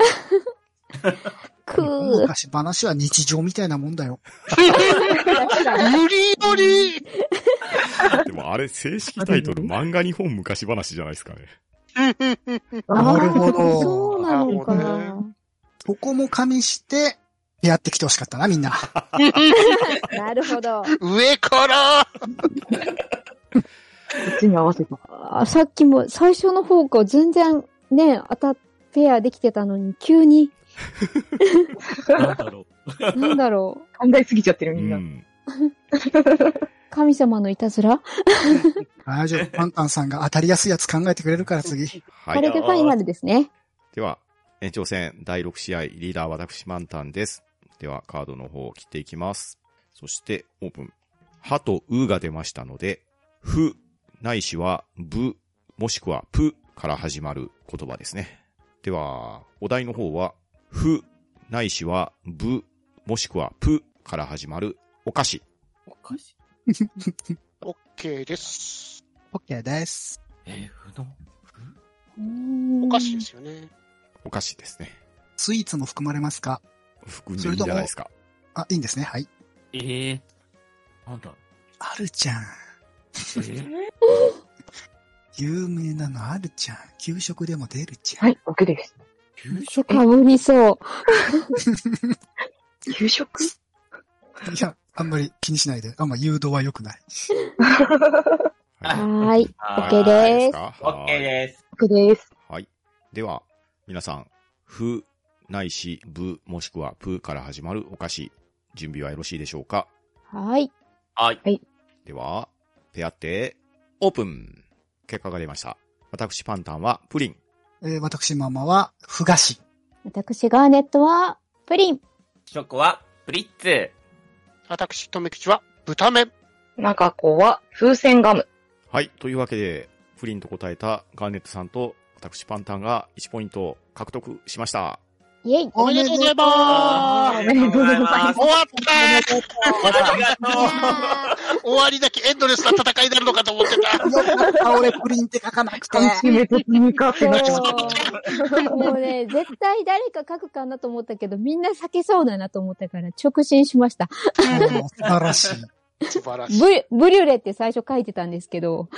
昔話は日常みたいなもんだよ。 無理無理でもあれ正式タイトル漫画日本昔話じゃないですかね。 なるほど。 そうなのかな。 そこも加味して、やってきてほしかったな、みんな。 なるほど。 上からこっちに合わせた。 さっきも最初の方から全然ね、ペアできてたのに急に。なんだろう。 考えすぎちゃってるみんな。 神様のいたずら大丈夫。パンタンさんが当たりやすいやつ考えてくれるから次。 はい。 これでファイナルですね。 では、延長戦第6試合、リーダー私マンタンです。では、カードの方を切っていきます。そして、オープン。はとうが出ましたので、ふ、ないしは、ぶ、もしくはぷから始まる言葉ですね。では、お題の方は、ふ、ないしは、ぶ、もしくはぷから始まるお菓子。 お菓子 OK です。 OK です。 ふのお菓子ですよね。 お菓子ですね。 スイーツも含まれますか？ 含んでいいんじゃないですか。 あ、いいんですね。はい。 なんだあるじゃん。有名なのあるじゃん。給食でも出るじゃん。 はい、OK です。 給食かぶりそう。 給食？ いや、あんまり気にしないで。あんま誘導は良くない。 はい。OK です。 OK です。 OK です。 はい。では、皆さん、ふ、ないし、ぶ、もしくはぷから始まるお菓子、準備はよろしいでしょうか？ はい。 はい。 では、ペアって、オープン。結果が出ました。私パンタンはプリン。 私ママはふ菓子。 私ガーネットはプリン。 ショコはプリッツ。 私、とめきちは豚麺。 中子は風船ガム。 はい。というわけで、プリンと答えたガーネットさんと私パンタンが1ポイント獲得しました。 イェイ。 おめでとうございます。 おめでとうございます。 終わったありがとう。 終わりだけエンドレスな戦いになるのかと思ってた。 俺プリンって書かなくて。 3チームと2かってなっちまった。 もうね、絶対誰か書くかなと思ったけど、みんな避けそうだなと思ったから直進しました。 素晴らしい。 素晴らしい。 ブリュレって最初書いてたんですけど。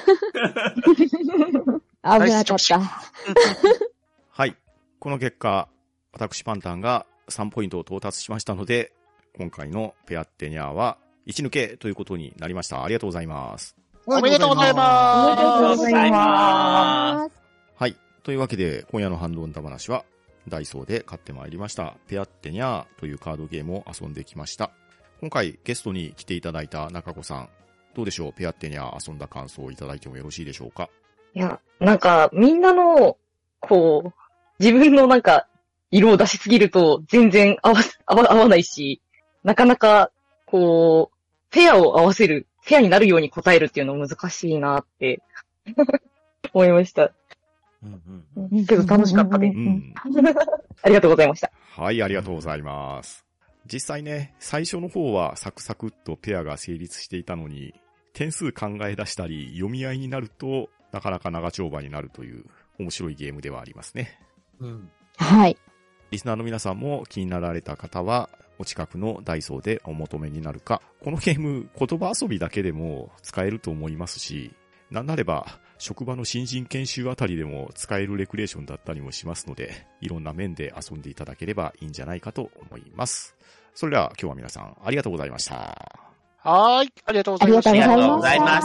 危なかった。 はい。この結果、私パンタンが3ポイントを到達しましたので、今回のペアッテニャーは1抜けということになりました。ありがとうございます。 おめでとうございおめでます。 とうございます。 はい。というわけで、今夜のハンドンダ話は、ダイソーで買ってまいりました、ペアッテニャーというカードゲームを遊んできました。今回ゲストに来ていただいた中子さん、どうでしょう？ペアッテニャー遊んだ感想をいただいてもよろしいでしょうか？ いや、なんか、みんなの、こう、自分のなんか、色を出しすぎると全然合わないし、なかなか、こう、ペアを合わせる、ペアになるように答えるっていうの難しいなって思いました。けど楽しかったです。ありがとうございました。 はい、ありがとうございます。実際ね、最初の方はサクサクっとペアが成立していたのに、点数考え出したり読み合いになると、なかなか長丁場になるという面白いゲームではありますね。 はい。 リスナーの皆さんも気になられた方は、お近くのダイソーでお求めになるか、このゲーム、言葉遊びだけでも使えると思いますし、なんなれば、職場の新人研修あたりでも使えるレクリエーションだったりもしますので、いろんな面で遊んでいただければいいんじゃないかと思います。それでは今日は皆さんありがとうございました。 はい、ありがとうございました。 ありがとうございました。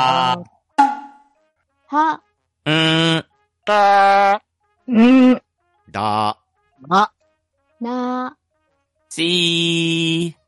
は、 ただ、 ま、 な、 しー。